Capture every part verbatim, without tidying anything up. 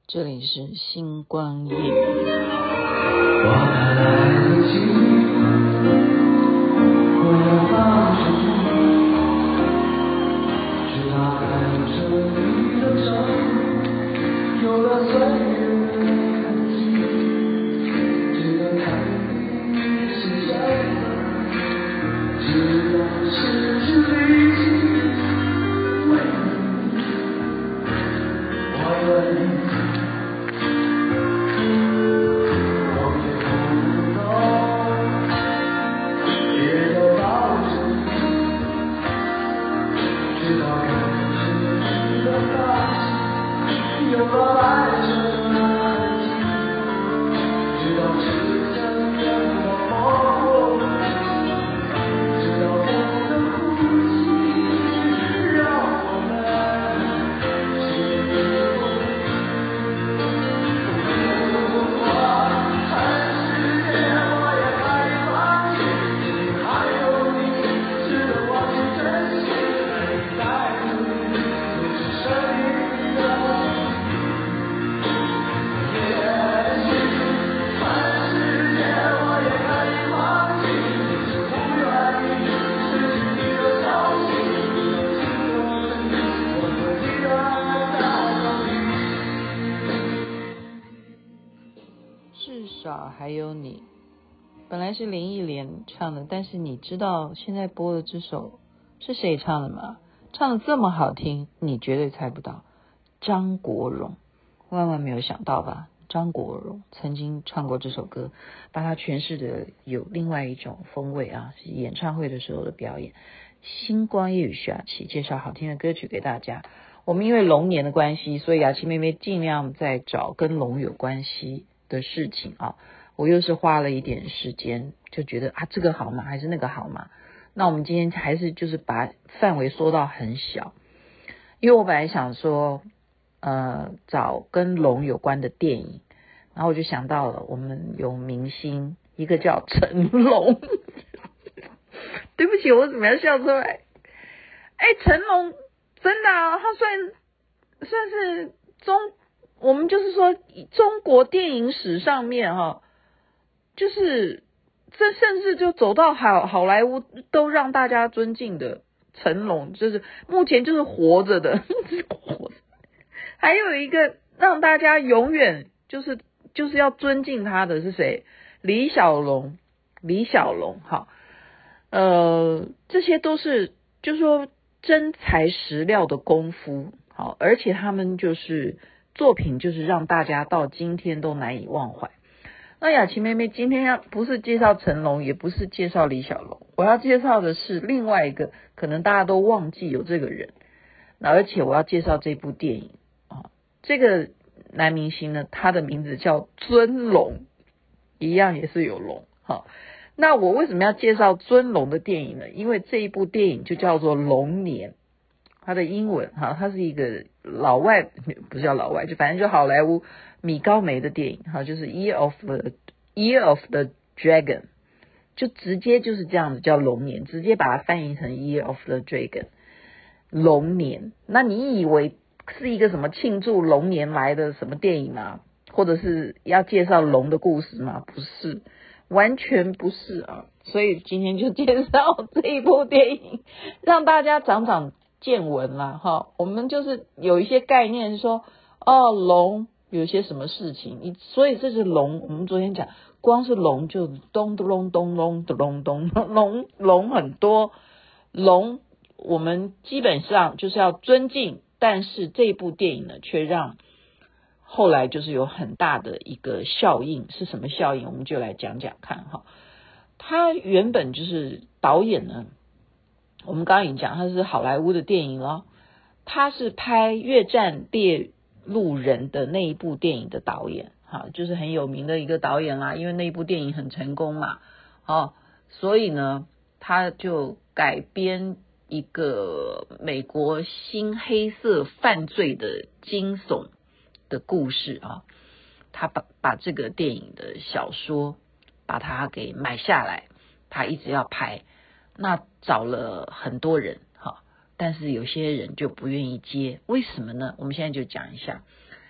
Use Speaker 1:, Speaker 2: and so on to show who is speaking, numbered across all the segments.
Speaker 1: 这里是星光夜雨。
Speaker 2: 我还来得及，我要放手，直到看着你的手有了岁月的痕迹，直到看你是什么，直到失去力气，为了你，我愿意。
Speaker 1: 至少还有你，本来是林忆莲唱的，但是你知道现在播的这首是谁唱的吗？唱的这么好听，你绝对猜不到，张国荣，万万没有想到吧？张国荣曾经唱过这首歌，把它诠释的有另外一种风味啊，是演唱会的时候的表演。星光夜雨徐雅琪介绍好听的歌曲给大家。我们因为龙年的关系，所以雅琪妹妹尽量在找跟龙有关系的事情啊。我又是花了一点时间，就觉得啊这个好吗？还是那个好吗？那我们今天还是就是把范围缩到很小，因为我本来想说呃找跟龙有关的电影，然后我就想到了我们有明星，一个叫成龙对不起，我怎么样笑出来？哎，成龙真的啊，他算算是中，我们就是说中国电影史上面哈、哦，就是这甚至就走到好好莱坞都让大家尊敬的成龙，就是目前就是活着的，活着。还有一个让大家永远就是就是要尊敬他的是谁？李小龙，李小龙，好。呃，这些都是就是说真材实料的功夫，好，而且他们就是作品，就是让大家到今天都难以忘怀。那雅琪妹妹今天要不是介绍成龙，也不是介绍李小龙，我要介绍的是另外一个可能大家都忘记有这个人，那而且我要介绍这部电影啊，这个男明星呢，他的名字叫尊龙，一样也是有龙，好。那我为什么要介绍尊龙的电影呢？因为这一部电影就叫做龙年，它的英文哈，它是一个老外，不是叫老外，就反正就好莱坞米高梅的电影哈，就是 Year of the Year of the Dragon， 就直接就是这样子叫龙年，直接把它翻译成 Year of the Dragon， 龙年。那你以为是一个什么庆祝龙年来的什么电影吗？或者是要介绍龙的故事吗？不是。完全不是啊，所以今天就介绍这一部电影，让大家长长见闻啦哈。我们就是有一些概念说，哦，龙有些什么事情，你所以这是龙。我们昨天讲，光是龙就咚咚咚咚咚咚咚，龙龙很多，龙我们基本上就是要尊敬，但是这部电影呢，却让后来就是有很大的一个效应，是什么效应？我们就来讲讲看哈。他原本就是导演呢，我们刚刚已经讲他是好莱坞的电影了，他是拍《越战猎鹿人》的那一部电影的导演，哈，就是很有名的一个导演啦，因为那一部电影很成功嘛，哦，所以呢，他就改编一个美国新黑色犯罪的惊悚的故事啊，他把把这个电影的小说把它给买下来，他一直要拍，那找了很多人哈，但是有些人就不愿意接，为什么呢？我们现在就讲一下，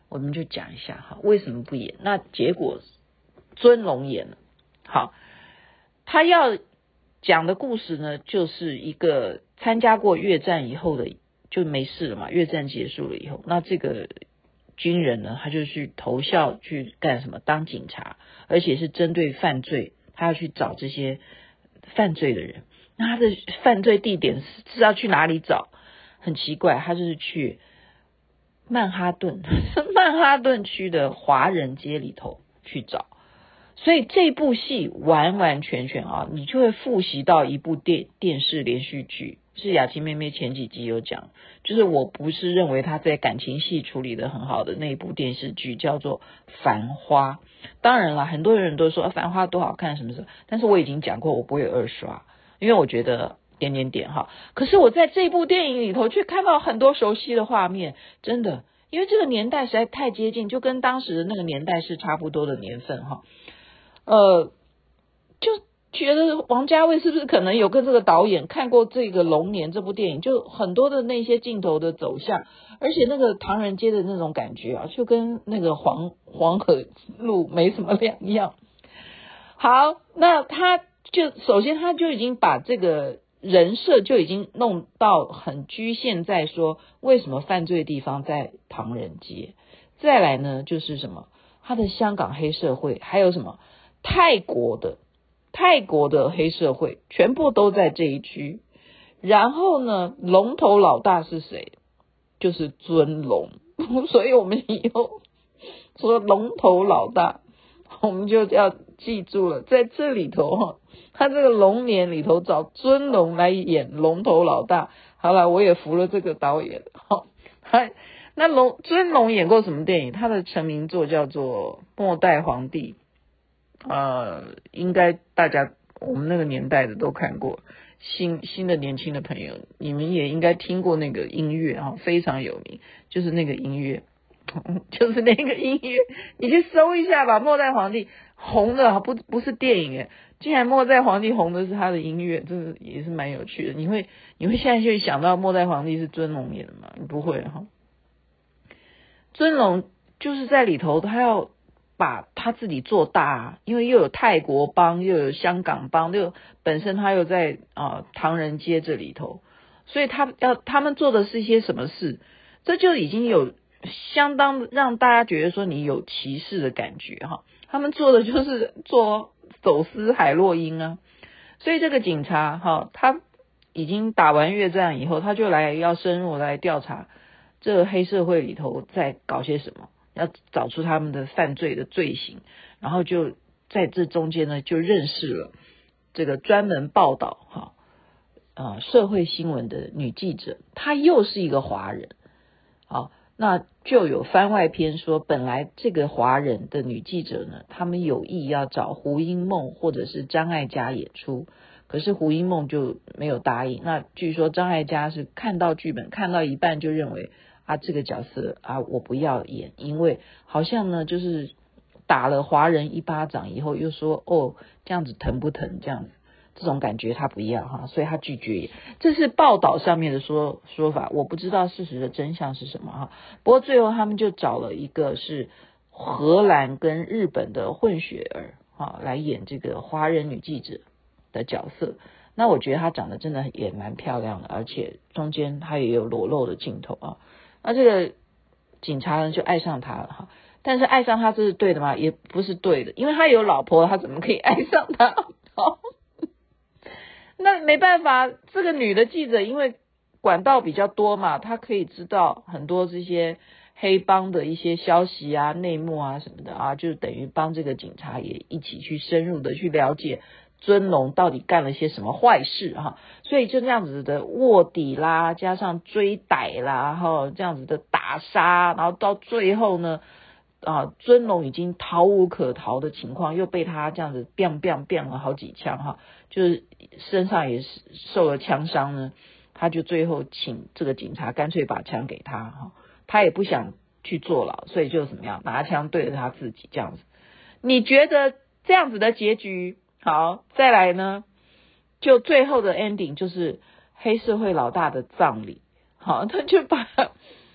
Speaker 1: 我们就讲一下哈，为什么不演？那结果尊龙演了。好，他要讲的故事呢，就是一个参加过越战以后的就没事了嘛，越战结束了以后，那这个军人呢，他就去投效去干什么？当警察，而且是针对犯罪，他要去找这些犯罪的人。那他的犯罪地点是要去哪里找？很奇怪，他就是去曼哈顿曼哈顿区的华人街里头去找。所以这部戏完完全全啊，你就会复习到一部电电视连续剧，是雅琪妹妹前几集有讲，就是我不是认为她在感情戏处理得很好的那一部电视剧，叫做《繁花》。当然了，很多人都说《繁花》多好看什么什么，但是我已经讲过，我不会二刷，因为我觉得点点点哈。可是我在这部电影里头却看到很多熟悉的画面，真的，因为这个年代实在太接近，就跟当时的那个年代是差不多的年份哈。呃，就觉得王家卫是不是可能有跟这个导演看过这个《龙年》这部电影，就很多的那些镜头的走向，而且那个唐人街的那种感觉啊，就跟那个黄黄河路没什么两样。好，那他就首先他就已经把这个人设就已经弄到很局限在说为什么犯罪的地方在唐人街，再来呢就是什么他的香港黑社会，还有什么泰国的泰国的黑社会全部都在这一区。然后呢，龙头老大是谁？就是尊龙。所以我们以后说龙头老大，我们就要记住了，在这里头他这个龙年里头找尊龙来演龙头老大。好了，我也服了这个导演。那龙尊龙演过什么电影？他的成名作叫做《末代皇帝》。呃，应该大家我们那个年代的都看过，新新的年轻的朋友，你们也应该听过那个音乐啊，非常有名，就是那个音乐，就是那个音乐，你去搜一下吧。末代皇帝红的不不是电影诶，竟然末代皇帝红的是他的音乐，这是也是蛮有趣的。你会你会现在就想到末代皇帝是尊龙演的吗？你不会哈。尊龙就是在里头，他要把他自己做大啊，因为又有泰国帮，又有香港帮，又本身他又在啊、呃、唐人街这里头，所以他要他们做的是一些什么事，这就已经有相当让大家觉得说你有歧视的感觉哈。他们做的就是做走私海洛因啊，所以这个警察哈，他已经打完越战以后，他就来要深入来调查这个黑社会里头在搞些什么，要找出他们的犯罪的罪行，然后就在这中间呢，就认识了这个专门报道哈啊社会新闻的女记者，她又是一个华人。好，那就有番外篇说，本来这个华人的女记者呢，他们有意要找胡因梦或者是张艾嘉演出，可是胡因梦就没有答应。那据说张艾嘉是看到剧本看到一半就认为啊这个角色啊我不要演，因为好像呢就是打了华人一巴掌以后又说哦这样子疼不疼，这样子这种感觉他不要哈，所以他拒绝。这是报道上面的说说法，我不知道事实的真相是什么哈。不过最后他们就找了一个是荷兰跟日本的混血儿哈来演这个华人女记者的角色。那我觉得她长得真的也蛮漂亮的，而且中间她也有裸露的镜头啊。那这个警察呢就爱上她了哈，但是爱上她这是对的吗？也不是对的，因为他有老婆，他怎么可以爱上她？那没办法，这个女的记者因为管道比较多嘛，她可以知道很多这些黑帮的一些消息啊、内幕啊什么的啊，就等于帮这个警察也一起去深入的去了解尊龙到底干了些什么坏事哈。所以就这样子的卧底啦，加上追逮啦，哈，这样子的打杀，然后到最后呢。啊，尊龙已经逃无可逃的情况，又被他这样子 biang biang biang 了好几枪哈，就是身上也是受了枪伤呢，他就最后请这个警察干脆把枪给他哈，他也不想去坐牢，所以就怎么样拿枪对着他自己这样子。你觉得这样子的结局好？再来呢，就最后的 ending 就是黑社会老大的葬礼，好，他就把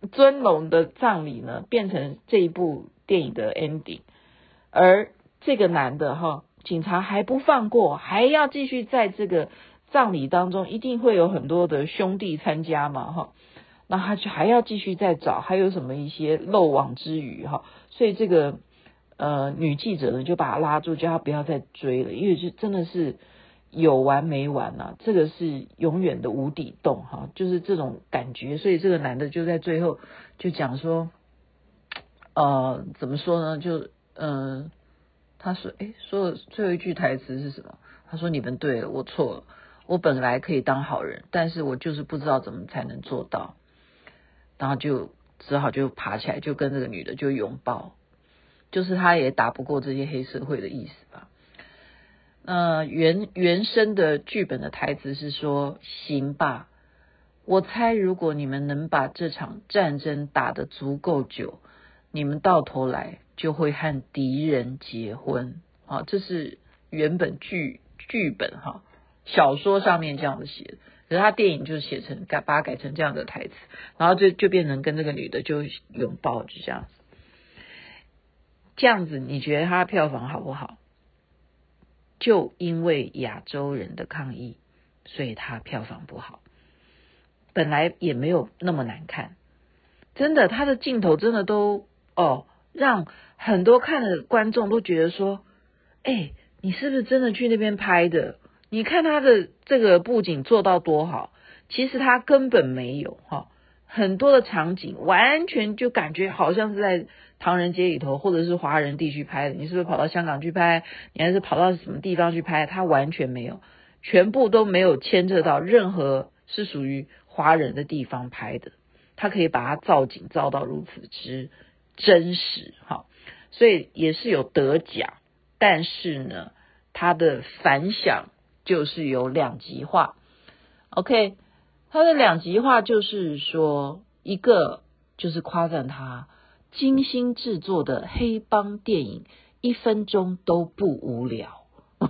Speaker 1: 尊龙的葬礼呢变成这一部电影的 ending， 而这个男的哈，警察还不放过，还要继续在这个葬礼当中，一定会有很多的兄弟参加嘛哈，那他就还要继续再找，还有什么一些漏网之鱼哈，所以这个呃女记者呢就把他拉住，叫他不要再追了，因为就真的是有完没完啊，这个是永远的无底洞哈，就是这种感觉，所以这个男的就在最后就讲说，呃，怎么说呢？就嗯、呃，他说，诶，说的最后一句台词是什么？他说：“你们对了，我错了，我本来可以当好人，但是我就是不知道怎么才能做到。”然后就只好就爬起来，就跟这个女的就拥抱，就是他也打不过这些黑社会的意思吧。呃，原原生的剧本的台词是说：“行吧，我猜如果你们能把这场战争打得足够久，你们到头来就会和敌人结婚。”啊，这是原本剧剧本哈，小说上面这样子写的，可是他电影就写成改把它改成这样的台词，然后就就变成跟这个女的就拥抱，就这样子。这样子你觉得他票房好不好？就因为亚洲人的抗议，所以他票房不好。本来也没有那么难看，真的，他的镜头真的都哦，让很多看的观众都觉得说，哎，你是不是真的去那边拍的？你看他的这个布景做到多好，其实他根本没有哈，很多的场景完全就感觉好像是在唐人街里头或者是华人地区拍的，你是不是跑到香港去拍？你还是跑到什么地方去拍？他完全没有，全部都没有牵涉到任何是属于华人的地方拍的，他可以把它造景造到如此之真实哈，所以也是有得奖，但是呢，它的反响就是有两极化。OK， 它的两极化就是说，一个就是夸赞他精心制作的黑帮电影，一分钟都不无聊。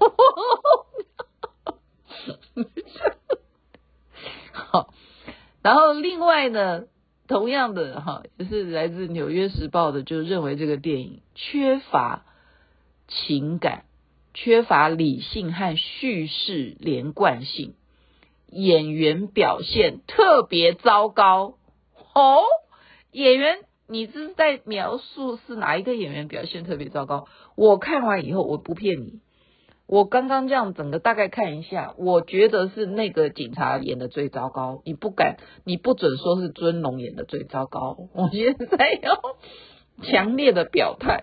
Speaker 1: 好，然后另外呢，同样的哈，也是来自纽约时报的，就认为这个电影缺乏情感，缺乏理性和叙事连贯性，演员表现特别糟糕。哦，演员，你这是在描述是哪一个演员表现特别糟糕？我看完以后，我不骗你，我刚刚这样整个大概看一下，我觉得是那个警察演的最糟糕，你不敢，你不准说是尊龙演的最糟糕。我现在要强烈的表态，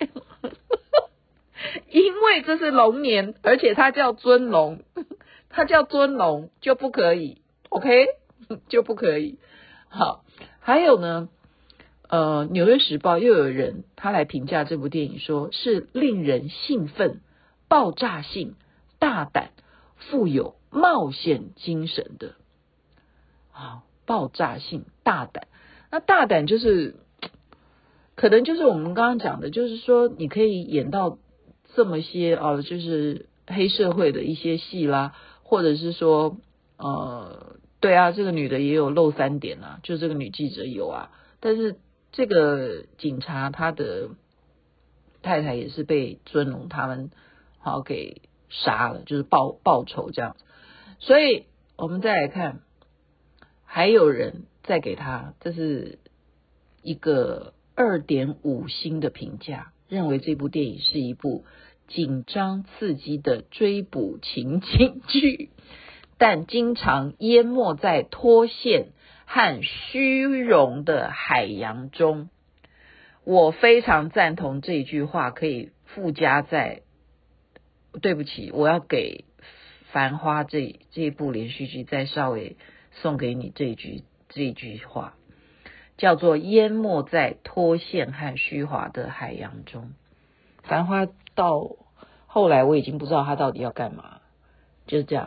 Speaker 1: 因为这是龙年，而且他叫尊龙，他叫尊龙就不可以 ，OK， 就不可以。好，还有呢，呃，纽约时报又有人他来评价这部电影，说是令人兴奋、爆炸性、大胆、富有冒险精神的。好，爆炸性、大胆，那大胆就是可能就是我们刚刚讲的，就是说你可以演到这么些哦，就是黑社会的一些戏啦，或者是说呃，对啊，这个女的也有露三点啊，就这个女记者有啊，但是这个警察他的太太也是被尊龙他们好给杀了，就是报报仇这样子。所以我们再来看，还有人再给他，这是一个二点五星的评价，认为这部电影是一部紧张刺激的追捕情景剧，但经常淹没在脱线和虚荣的海洋中。我非常赞同这一句话，可以附加在，对不起，我要给繁花这这一部连续剧再稍微送给你这一句这一句话，叫做淹没在脱线和虚华的海洋中。繁花到后来我已经不知道他到底要干嘛，就是这样。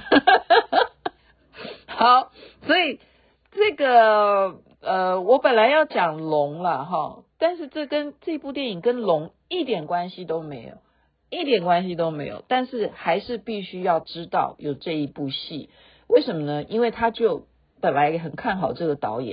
Speaker 1: 好，所以这个呃，我本来要讲龙啦哈，但是这跟这部电影跟龙一点关系都没有，一点关系都没有。但是还是必须要知道有这一部戏，为什么呢？因为他就本来很看好这个导演，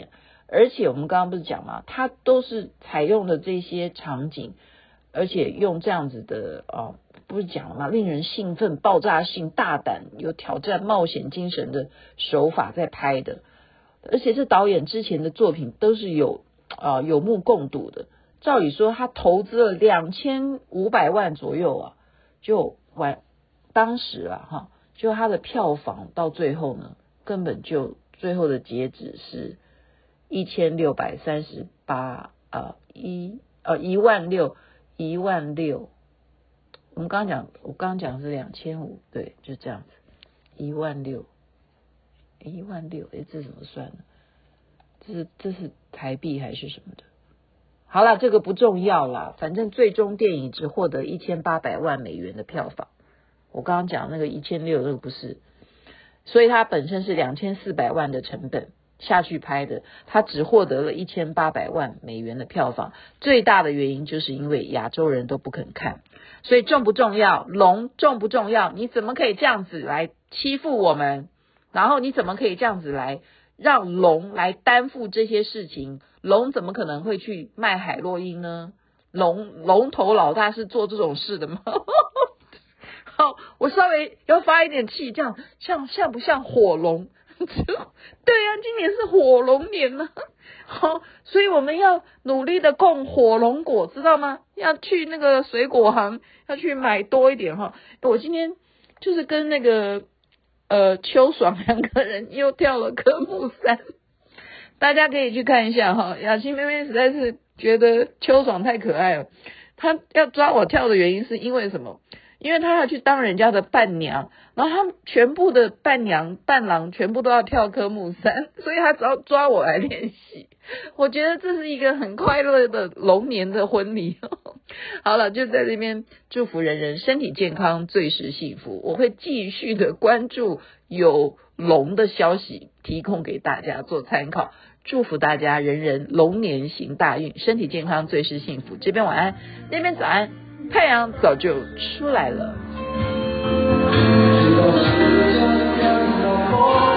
Speaker 1: 而且我们刚刚不是讲嘛，它都是采用的这些场景，而且用这样子的哦，不是讲了吗？令人兴奋、爆炸性、大胆、有挑战、冒险精神的手法在拍的，而且这导演之前的作品都是有啊、呃、有目共睹的。照理说，他投资了两千五百万左右啊，就完当时啊哈，就他的票房到最后呢，根本就最后的截止是一千六百三十八啊一呃一万六一万六。我们刚刚讲，我刚刚讲是两千五，对，就这样子，一万六，一万六，哎，这怎么算呢？这是这是台币还是什么的？好了，这个不重要啦，反正最终电影只获得一千八百万美元的票房。我刚刚讲那个一千六，那个不是，所以它本身是两千四百万的成本下去拍的，它只获得了一千八百万美元的票房。最大的原因就是因为亚洲人都不肯看，所以重不重要？龙重不重要？你怎么可以这样子来欺负我们？然后你怎么可以这样子来让龙来担负这些事情？龙怎么可能会去卖海洛因呢？龙龙头老大是做这种事的吗？好，我稍微要发一点气，这样像像不像火龙？对啊，今年是火龙年呢、啊。好，所以我们要努力的供火龙果，知道吗？要去那个水果行，要去买多一点哈。我今天就是跟那个呃邱爽两个人又跳了科目三。大家可以去看一下哈，雅琪妹妹实在是觉得邱爽太可爱了。她要抓我跳的原因是因为什么？因为她要去当人家的伴娘，然后他们全部的伴娘伴郎全部都要跳科目三，所以她只要抓我来练习。我觉得这是一个很快乐的龙年的婚礼。好了，就在这边祝福人人身体健康，最是幸福。我会继续的关注有龙的消息，提供给大家做参考。祝福大家人人龙年行大运，身体健康，最是幸福。这边晚安，那边早安，太阳早就出来了。
Speaker 2: 直到时间变得过